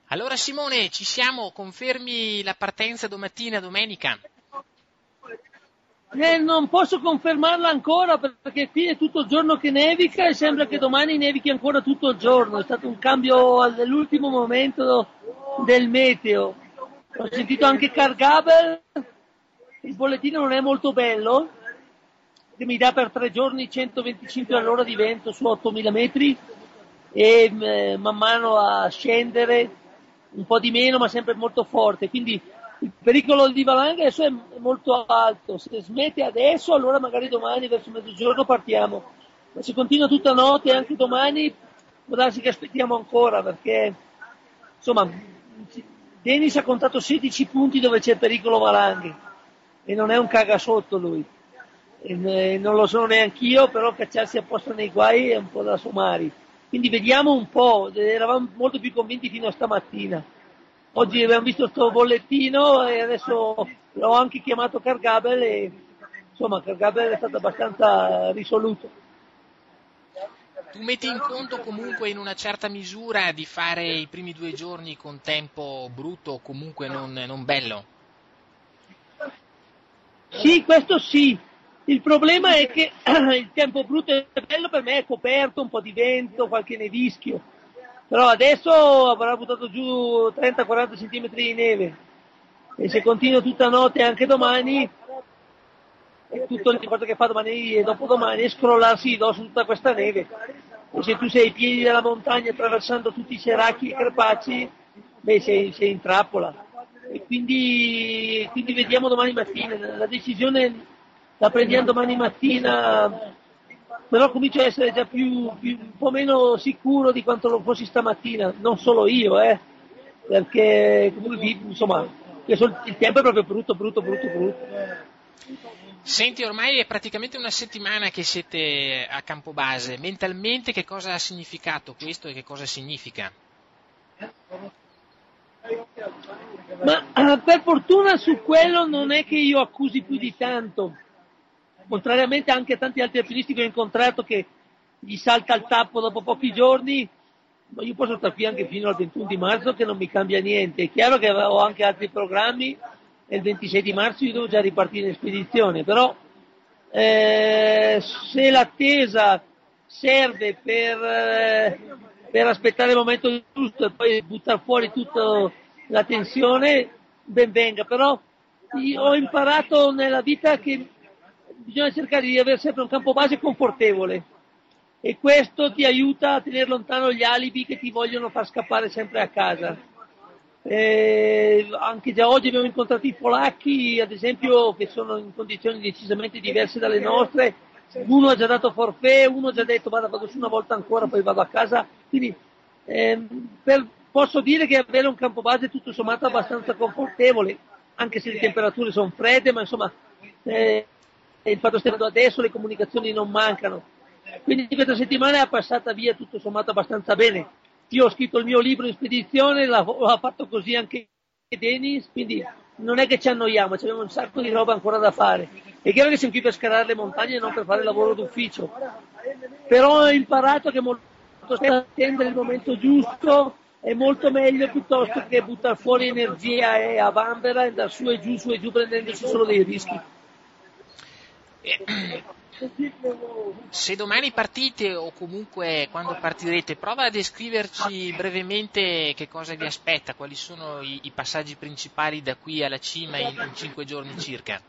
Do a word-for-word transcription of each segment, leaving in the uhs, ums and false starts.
Allora Simone, ci siamo, confermi la partenza domattina, domenica? Eh, non posso confermarla ancora perché qui è tutto il giorno che nevica e sembra che domani nevichi ancora tutto il giorno. È stato un cambio all'ultimo momento del meteo. Ho sentito anche Cargabel, il bollettino non è molto bello, che mi dà per tre giorni centoventicinque all'ora di vento su ottomila metri e eh, man mano a scendere un po' di meno ma sempre molto forte, quindi il pericolo di valanga adesso è molto alto. Se smette adesso allora magari domani verso mezzogiorno partiamo, ma se continua tutta notte anche domani può darsi che aspettiamo ancora, perché insomma Denis ha contato sedici punti dove c'è il pericolo valanghe e non è un cagasotto lui, e non lo sono neanch'io, però cacciarsi apposta nei guai è un po' da somari. Quindi vediamo un po', eravamo molto più convinti fino a stamattina. Oggi abbiamo visto questo bollettino e adesso l'ho anche chiamato Cargabel e insomma Cargabel è stato abbastanza risoluto. Tu metti in conto comunque in una certa misura di fare i primi due giorni con tempo brutto o comunque non, non bello? Sì, questo sì. Il problema è che il tempo brutto e bello per me è coperto, un po' di vento, qualche nevischio. Però adesso avrà buttato giù trenta quaranta centimetri di neve e se continua tutta notte anche domani è tutto il cosa che fa domani e dopodomani è scrollarsi addosso tutta questa neve. E se tu sei ai piedi della montagna attraversando tutti i ceracchi e crepacci, beh, sei, sei in trappola. E quindi, quindi vediamo domani mattina. La decisione la prendiamo domani mattina, però comincio a essere già più, più un po' meno sicuro di quanto lo fossi stamattina, non solo io, eh, perché comunque insomma il tempo è proprio brutto, brutto, brutto, brutto. Senti, ormai è praticamente una settimana che siete a Campobase. Mentalmente che cosa ha significato questo e che cosa significa? Ma per fortuna su quello non è che io accusi più di tanto, contrariamente anche a tanti altri alpinisti che ho incontrato che gli salta il tappo dopo pochi giorni, ma io posso stare qui anche fino al ventuno di marzo che non mi cambia niente. È chiaro che ho anche altri programmi e il ventisei di marzo io devo già ripartire in spedizione, però eh, se l'attesa serve per, eh, per aspettare il momento giusto e poi buttare fuori tutta la tensione, ben venga. Però io ho imparato nella vita che bisogna cercare di avere sempre un campo base confortevole e questo ti aiuta a tenere lontano gli alibi che ti vogliono far scappare sempre a casa. Eh, anche già oggi abbiamo incontrato i polacchi, ad esempio, che sono in condizioni decisamente diverse dalle nostre. Uno ha già dato forfait, uno ha già detto vado, vado su una volta ancora, poi vado a casa. Quindi ehm, per, posso dire che avere un campo base tutto sommato abbastanza confortevole, anche se le temperature sono fredde, ma insomma eh, il fatto che adesso le comunicazioni non mancano. Quindi questa settimana è passata via tutto sommato abbastanza bene. Io ho scritto il mio libro in spedizione, l'ha, l'ha fatto così anche Denis, quindi non è che ci annoiamo, abbiamo un sacco di roba ancora da fare. È chiaro che siamo qui per scalare le montagne e non per fare lavoro d'ufficio, però ho imparato che molto spesso attendere il momento giusto è molto meglio piuttosto che buttare fuori energia e a vanvera e andare su e giù, su e giù prendendosi solo dei rischi. Se domani partite o comunque quando partirete, prova a descriverci brevemente che cosa vi aspetta, quali sono i, i passaggi principali da qui alla cima in, in cinque giorni circa.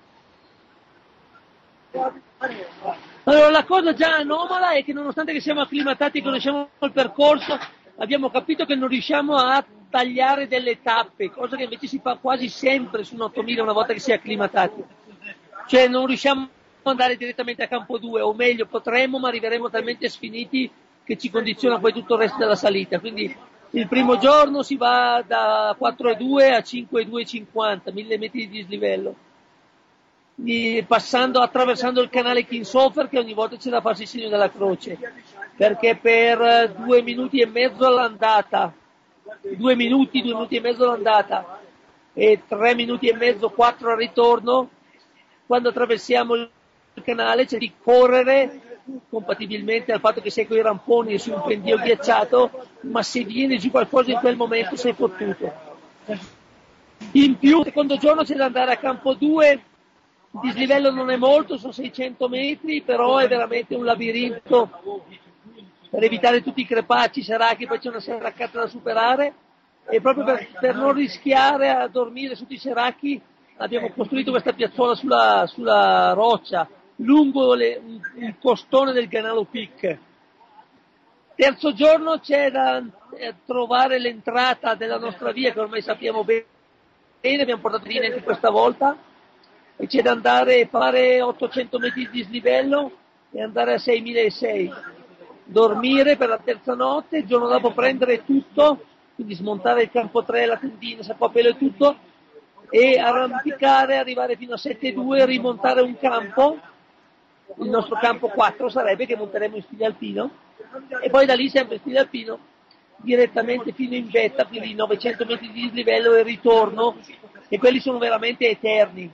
Allora, la cosa già anomala è che nonostante che siamo acclimatati e conosciamo il percorso, abbiamo capito che non riusciamo a tagliare delle tappe, cosa che invece si fa quasi sempre su un ottomila una volta che si è acclimatati. Cioè non riusciamo andare direttamente a campo due, o meglio potremmo, ma arriveremo talmente sfiniti che ci condiziona poi tutto il resto della salita. Quindi il primo giorno si va da quattro virgola due a cinque virgola duecentocinquanta, mille metri di dislivello, di, passando, attraversando il canale Kingshofer, che ogni volta c'è da farsi il segno della croce, perché per due minuti e mezzo all'andata, due minuti, due minuti e mezzo all'andata e tre minuti e mezzo, quattro al ritorno, quando attraversiamo il canale c'è di correre compatibilmente al fatto che sei con i ramponi e su un pendio ghiacciato, ma se viene giù qualcosa in quel momento sei fottuto. In più, il secondo giorno c'è da andare a campo due, il dislivello non è molto, sono seicento metri, però è veramente un labirinto per evitare tutti i crepacci, seracchi, poi c'è una seraccata da superare, e proprio per, per non rischiare a dormire sotto i seracchi abbiamo costruito questa piazzola sulla, sulla roccia, lungo le, un, un costone del Ganalo Peak. Terzo giorno c'è da eh, trovare l'entrata della nostra via, che ormai sappiamo bene, abbiamo portato bene anche questa volta, e c'è da andare a fare ottocento metri di dislivello e andare a seimilaseicento. Dormire per la terza notte, il giorno dopo prendere tutto, quindi smontare il campo tre, la tendina, sapapelo e tutto, e arrampicare, arrivare fino a sette virgola due, rimontare un campo, il nostro campo quattro sarebbe, che monteremo in stile alpino, e poi da lì sempre in stile alpino direttamente fino in vetta, quindi novecento metri di dislivello e ritorno, e quelli sono veramente eterni.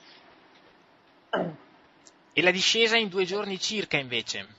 E la discesa in due giorni circa invece?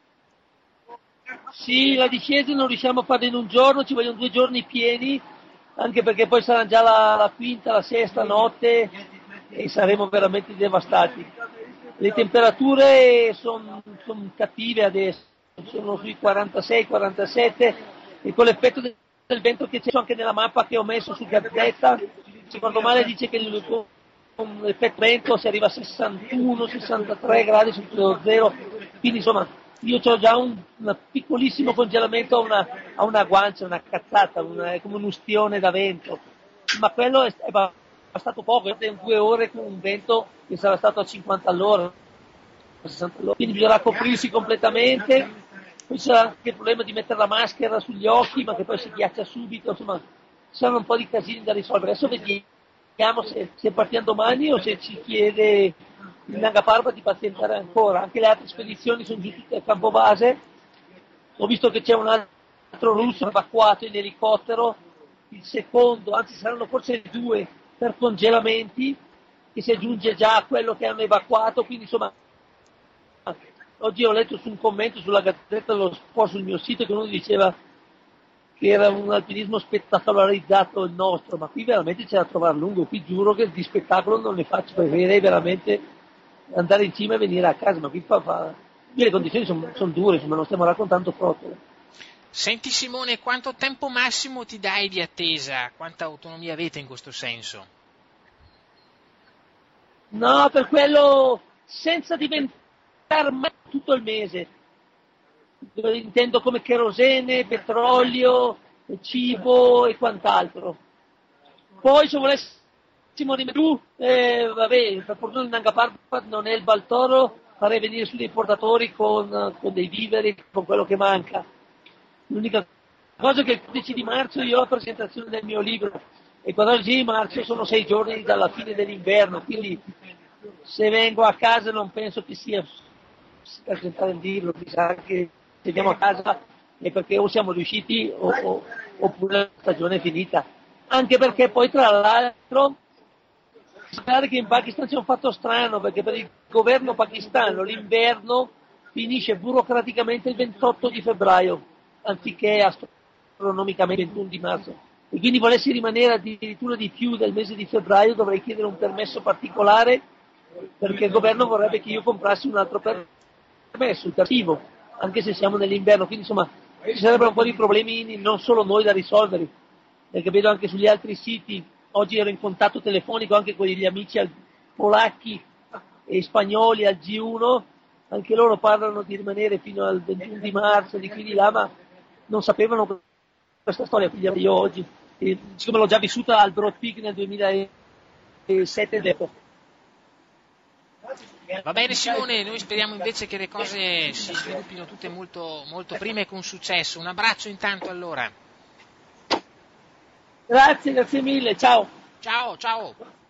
Sì, la discesa non riusciamo a farla in un giorno, ci vogliono due giorni pieni, anche perché poi sarà già la, la quinta, la sesta notte e saremo veramente devastati. Le temperature sono son cattive adesso, sono sui quarantasei quarantasette, e con l'effetto del, del vento che c'è anche nella mappa che ho messo su Gazzetta, secondo male dice che il, con l'effetto vento si arriva a sessantuno sessantatré gradi sotto lo zero, quindi insomma io ho già un, un piccolissimo congelamento a una, a una guancia, una cazzata, una, è come un ustione da vento, ma quello è, è bastato poco, è due ore con un vento che sarà stato a cinquanta all'ora, sessanta all'ora, quindi bisognerà coprirsi completamente, poi c'è anche il problema di mettere la maschera sugli occhi, ma che poi si ghiaccia subito, insomma, ci saranno un po' di casini da risolvere. Adesso vediamo se, se partiamo domani o se ci chiede il Nanga Parbat di pazientare ancora. Anche le altre spedizioni sono giù tutte a campo base. Ho visto che c'è un altro russo evacuato in elicottero, il secondo, anzi saranno forse due per congelamenti, che si aggiunge già a quello che hanno evacuato, quindi insomma oggi ho letto su un commento sulla Gazzetta dello Sport sul mio sito che uno diceva che era un alpinismo spettacolarizzato il nostro, ma qui veramente c'è da trovare lungo, qui giuro che di spettacolo non ne faccio, preferirei veramente andare in cima e venire a casa, ma qui, fa, fa... qui le condizioni sono son dure, insomma non stiamo raccontando proprio. Senti Simone, quanto tempo massimo ti dai di attesa? Quanta autonomia avete in questo senso? No, per quello senza diventare mai tutto il mese. Intendo come kerosene, petrolio, cibo e quant'altro. Poi se volessimo rimettere giù, eh, vabbè, per fortuna il Nanga Parbat non è il Baltoro, farei venire su dei portatori con, con dei viveri, con quello che manca. L'unica cosa è che il quindici di marzo io ho la presentazione del mio libro, e il quattordici di marzo sono sei giorni dalla fine dell'inverno, quindi se vengo a casa non penso che sia per presentare il libro, mi sa che se andiamo a casa è perché o siamo riusciti o, o, oppure la stagione è finita. Anche perché poi tra l'altro pare che in Pakistan c'è un fatto strano, perché per il governo pakistano l'inverno finisce burocraticamente il ventotto di febbraio, anziché astronomicamente il ventuno di marzo. E quindi volessi rimanere addirittura di più del mese di febbraio dovrei chiedere un permesso particolare, perché il governo vorrebbe che io comprassi un altro permesso, il tartivo, anche se siamo nell'inverno, quindi insomma ci sarebbero un po' di problemi non solo noi da risolvere, perché vedo anche sugli altri siti, oggi ero in contatto telefonico anche con gli amici al, polacchi e spagnoli al G uno, anche loro parlano di rimanere fino al ventuno di marzo, di qui di là, ma non sapevano questa storia, quindi io oggi, e, siccome l'ho già vissuta al Broad Peak nel duemilasette, detto. Va bene Simone, noi speriamo invece che le cose si sviluppino tutte molto, molto prima e con successo. Un abbraccio intanto allora. Grazie, grazie mille, ciao. Ciao, ciao.